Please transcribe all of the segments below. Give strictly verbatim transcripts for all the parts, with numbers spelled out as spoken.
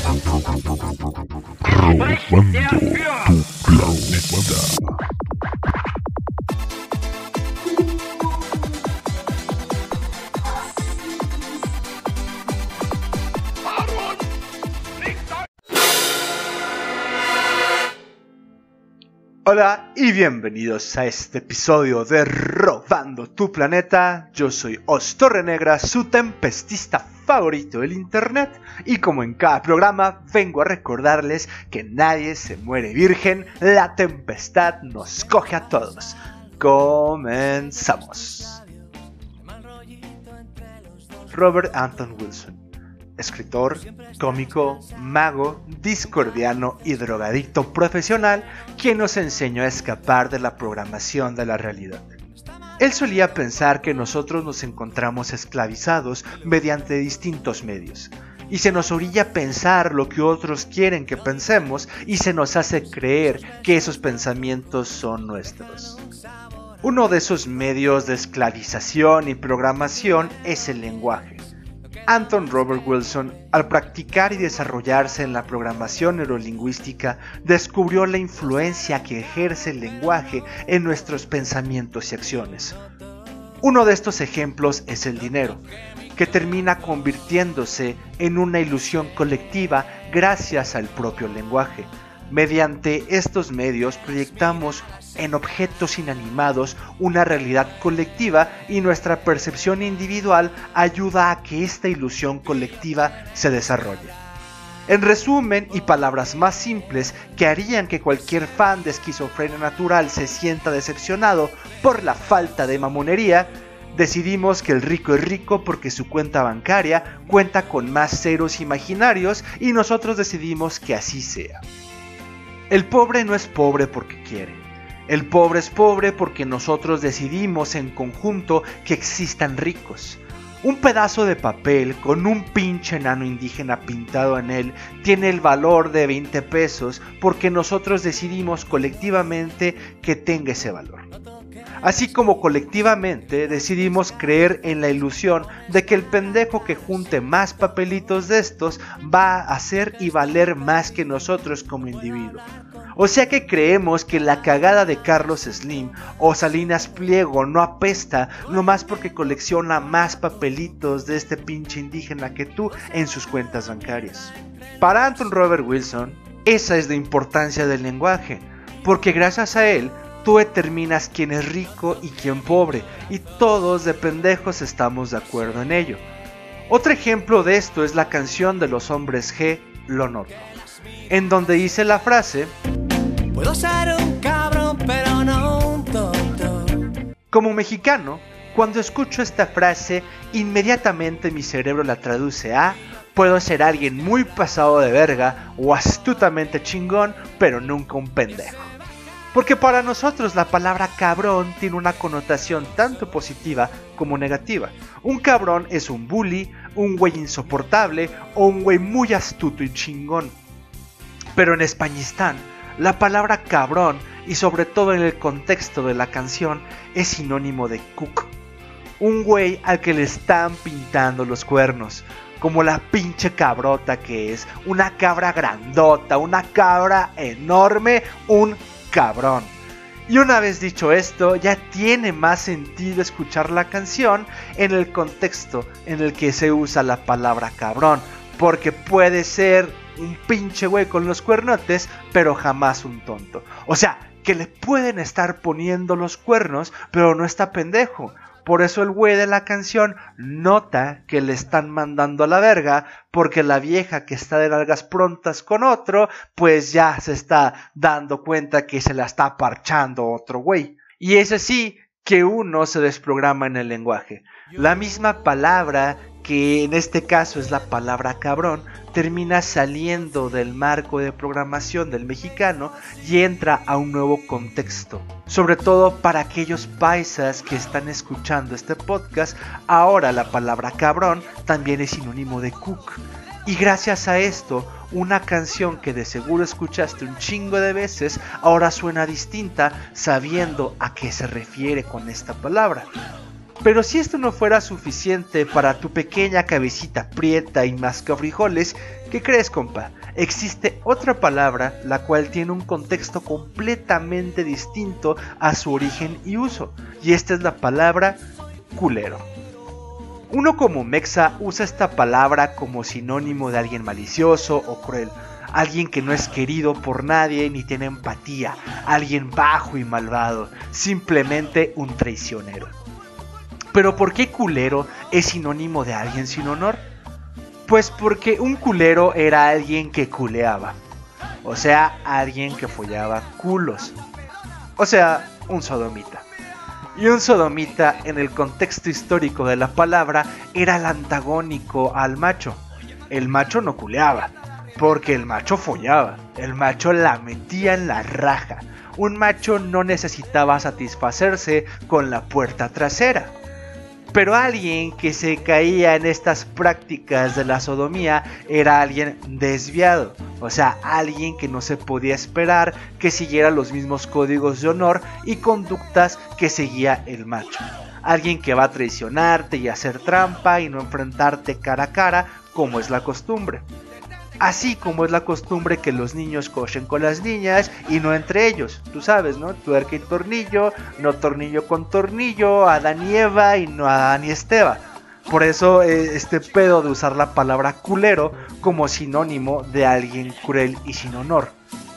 Robando tu planeta. Hola y bienvenidos a este episodio de Robando tu Planeta. Yo soy Os Torrenegra, su tempestista favorito del internet, y como en cada programa vengo a recordarles que nadie se muere virgen, la tempestad nos coge a todos. Comenzamos. Robert Anton Wilson, escritor, cómico, mago, discordiano y drogadicto profesional, quien nos enseñó a escapar de la programación de la realidad. Él solía pensar que nosotros nos encontramos esclavizados mediante distintos medios, y se nos orilla a pensar lo que otros quieren que pensemos y se nos hace creer que esos pensamientos son nuestros. Uno de esos medios de esclavización y programación es el lenguaje. Anton Robert Wilson, al practicar y desarrollarse en la programación neurolingüística, descubrió la influencia que ejerce el lenguaje en nuestros pensamientos y acciones. Uno de estos ejemplos es el dinero, que termina convirtiéndose en una ilusión colectiva gracias al propio lenguaje. Mediante estos medios proyectamos en objetos inanimados una realidad colectiva y nuestra percepción individual ayuda a que esta ilusión colectiva se desarrolle. En resumen y palabras más simples que harían que cualquier fan de esquizofrenia natural se sienta decepcionado por la falta de mamonería, decidimos que el rico es rico porque su cuenta bancaria cuenta con más ceros imaginarios y nosotros decidimos que así sea. El pobre no es pobre porque quiere. El pobre es pobre porque nosotros decidimos en conjunto que existan ricos. Un pedazo de papel con un pinche enano indígena pintado en él tiene el valor de veinte pesos porque nosotros decidimos colectivamente que tenga ese valor. Así como colectivamente decidimos creer en la ilusión de que el pendejo que junte más papelitos de estos va a hacer y valer más que nosotros como individuo. O sea que creemos que la cagada de Carlos Slim o Salinas Pliego no apesta nomás porque colecciona más papelitos de este pinche indígena que tú en sus cuentas bancarias. Para Anton Robert Wilson, esa es la importancia del lenguaje, porque gracias a él tú determinas quién es rico y quién pobre, y todos de pendejos estamos de acuerdo en ello. Otro ejemplo de esto es la canción de los Hombres G, Lo Noto, en donde dice la frase: puedo ser un cabrón, pero no un tonto. Como mexicano, cuando escucho esta frase, inmediatamente mi cerebro la traduce a: puedo ser alguien muy pasado de verga o astutamente chingón, pero nunca un pendejo. Porque para nosotros la palabra cabrón tiene una connotación tanto positiva como negativa. Un cabrón es un bully, un güey insoportable o un güey muy astuto y chingón. Pero en Españistán, la palabra cabrón, y sobre todo en el contexto de la canción, es sinónimo de cuc. Un güey al que le están pintando los cuernos, como la pinche cabrota que es, una cabra grandota, una cabra enorme, un cabrón. Y una vez dicho esto, ya tiene más sentido escuchar la canción en el contexto en el que se usa la palabra cabrón, porque puede ser un pinche güey con los cuernotes, pero jamás un tonto. O sea, que le pueden estar poniendo los cuernos, pero no está pendejo. Por eso el güey de la canción nota que le están mandando a la verga, porque la vieja que está de largas prontas con otro, pues ya se está dando cuenta que se la está parchando otro güey. Y es así que uno se desprograma en el lenguaje. La misma palabra, que en este caso es la palabra cabrón, termina saliendo del marco de programación del mexicano y entra a un nuevo contexto. Sobre todo para aquellos paisas que están escuchando este podcast, ahora la palabra cabrón también es sinónimo de cuc. Y gracias a esto, una canción que de seguro escuchaste un chingo de veces, ahora suena distinta sabiendo a qué se refiere con esta palabra. Pero si esto no fuera suficiente para tu pequeña cabecita prieta y mascafrijoles, ¿qué crees, compa? Existe otra palabra la cual tiene un contexto completamente distinto a su origen y uso, y esta es la palabra culero. Uno como mexa usa esta palabra como sinónimo de alguien malicioso o cruel, alguien que no es querido por nadie ni tiene empatía, alguien bajo y malvado, simplemente un traicionero. Pero ¿por qué culero es sinónimo de alguien sin honor? Pues porque un culero era alguien que culeaba, o sea, alguien que follaba culos, o sea, un sodomita. Y un sodomita en el contexto histórico de la palabra era el antagónico al macho. El macho no culeaba, porque el macho follaba, el macho la metía en la raja. Un macho no necesitaba satisfacerse con la puerta trasera. Pero alguien que se caía en estas prácticas de la sodomía era alguien desviado, o sea, alguien que no se podía esperar que siguiera los mismos códigos de honor y conductas que seguía el macho. Alguien que va a traicionarte y hacer trampa y no enfrentarte cara a cara como es la costumbre. Así como es la costumbre que los niños cochen con las niñas y no entre ellos, tú sabes, ¿no? Tuerca y tornillo, no tornillo con tornillo, Adán y Eva y no Adán y Esteba. Por eso eh, este pedo de usar la palabra culero como sinónimo de alguien cruel y sin honor.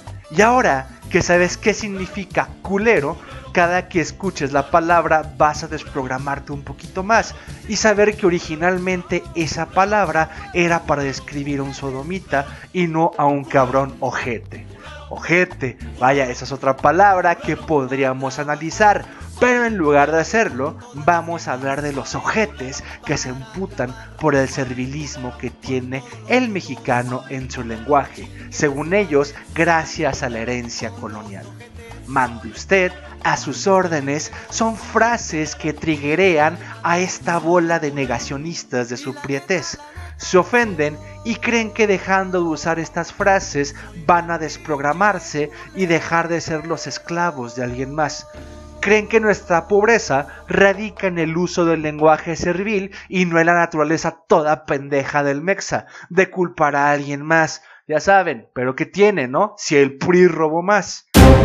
Y ahora que sabes qué significa culero, cada que escuches la palabra vas a desprogramarte un poquito más y saber que originalmente esa palabra era para describir a un sodomita y no a un cabrón ojete. Ojete, vaya, esa es otra palabra que podríamos analizar, pero en lugar de hacerlo, vamos a hablar de los ojetes que se emputan por el servilismo que tiene el mexicano en su lenguaje, según ellos, gracias a la herencia colonial. Mande usted, a sus órdenes, son frases que triggerean a esta bola de negacionistas de su prietez. Se ofenden y creen que dejando de usar estas frases van a desprogramarse y dejar de ser los esclavos de alguien más. Creen que nuestra pobreza radica en el uso del lenguaje servil y no en la naturaleza toda pendeja del mexa, de culpar a alguien más. Ya saben, pero ¿qué tiene, no? Si el P R I robó más.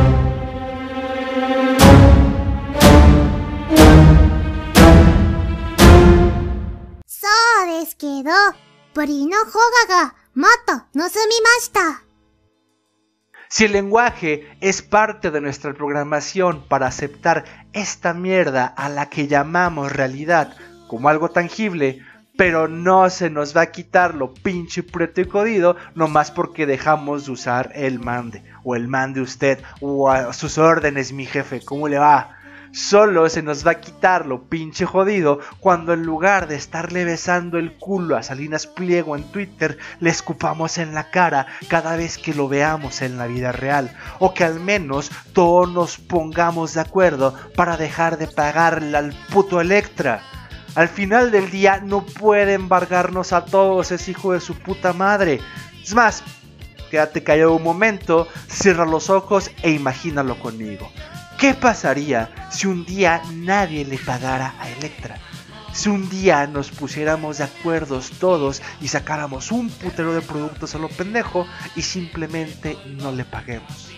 Si el lenguaje es parte de nuestra programación para aceptar esta mierda a la que llamamos realidad como algo tangible, pero no se nos va a quitar lo pinche preto y jodido nomás porque dejamos de usar el mande, o el mande usted, o a sus órdenes mi jefe, ¿cómo le va? Solo se nos va a quitar lo pinche jodido cuando en lugar de estarle besando el culo a Salinas Pliego en Twitter, le escupamos en la cara cada vez que lo veamos en la vida real, o que al menos todos nos pongamos de acuerdo para dejar de pagarle al puto Electra. Al final del día no puede embargarnos a todos ese hijo de su puta madre. Es más, quédate callado un momento, cierra los ojos e imagínalo conmigo. ¿Qué pasaría si un día nadie le pagara a Electra? Si un día nos pusiéramos de acuerdo todos y sacáramos un putero de productos a lo pendejo y simplemente no le paguemos.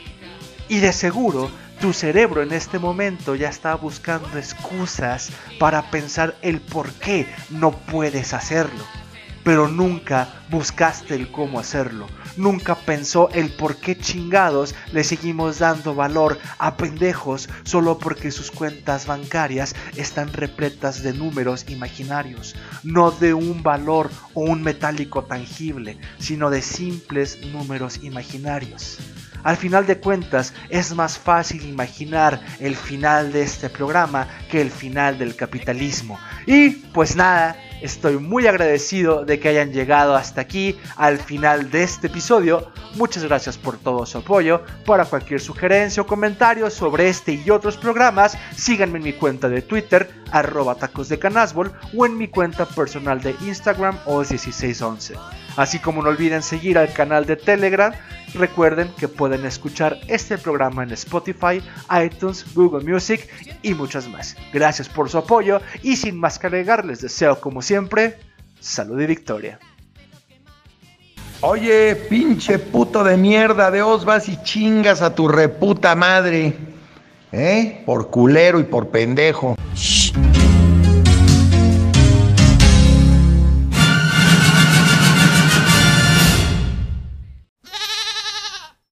Y de seguro tu cerebro en este momento ya está buscando excusas para pensar el por qué no puedes hacerlo. Pero nunca buscaste el cómo hacerlo. Nunca pensó el por qué chingados le seguimos dando valor a pendejos solo porque sus cuentas bancarias están repletas de números imaginarios, no de un valor o un metálico tangible, sino de simples números imaginarios. Al final de cuentas, es más fácil imaginar el final de este programa que el final del capitalismo. Y pues nada, estoy muy agradecido de que hayan llegado hasta aquí, al final de este episodio. Muchas gracias por todo su apoyo. Para cualquier sugerencia o comentario sobre este y otros programas, síganme en mi cuenta de Twitter, arroba tacos de canasbol, o en mi cuenta personal de Instagram, o dieciséis once. Así como no olviden seguir al canal de Telegram. Recuerden que pueden escuchar este programa en Spotify, iTunes, Google Music y muchas más. Gracias por su apoyo y sin más que agregar, les deseo como siempre, salud y victoria. Oye, pinche puto de mierda, de os vas y chingas a tu reputa madre, ¿eh? Por culero y por pendejo. Shh.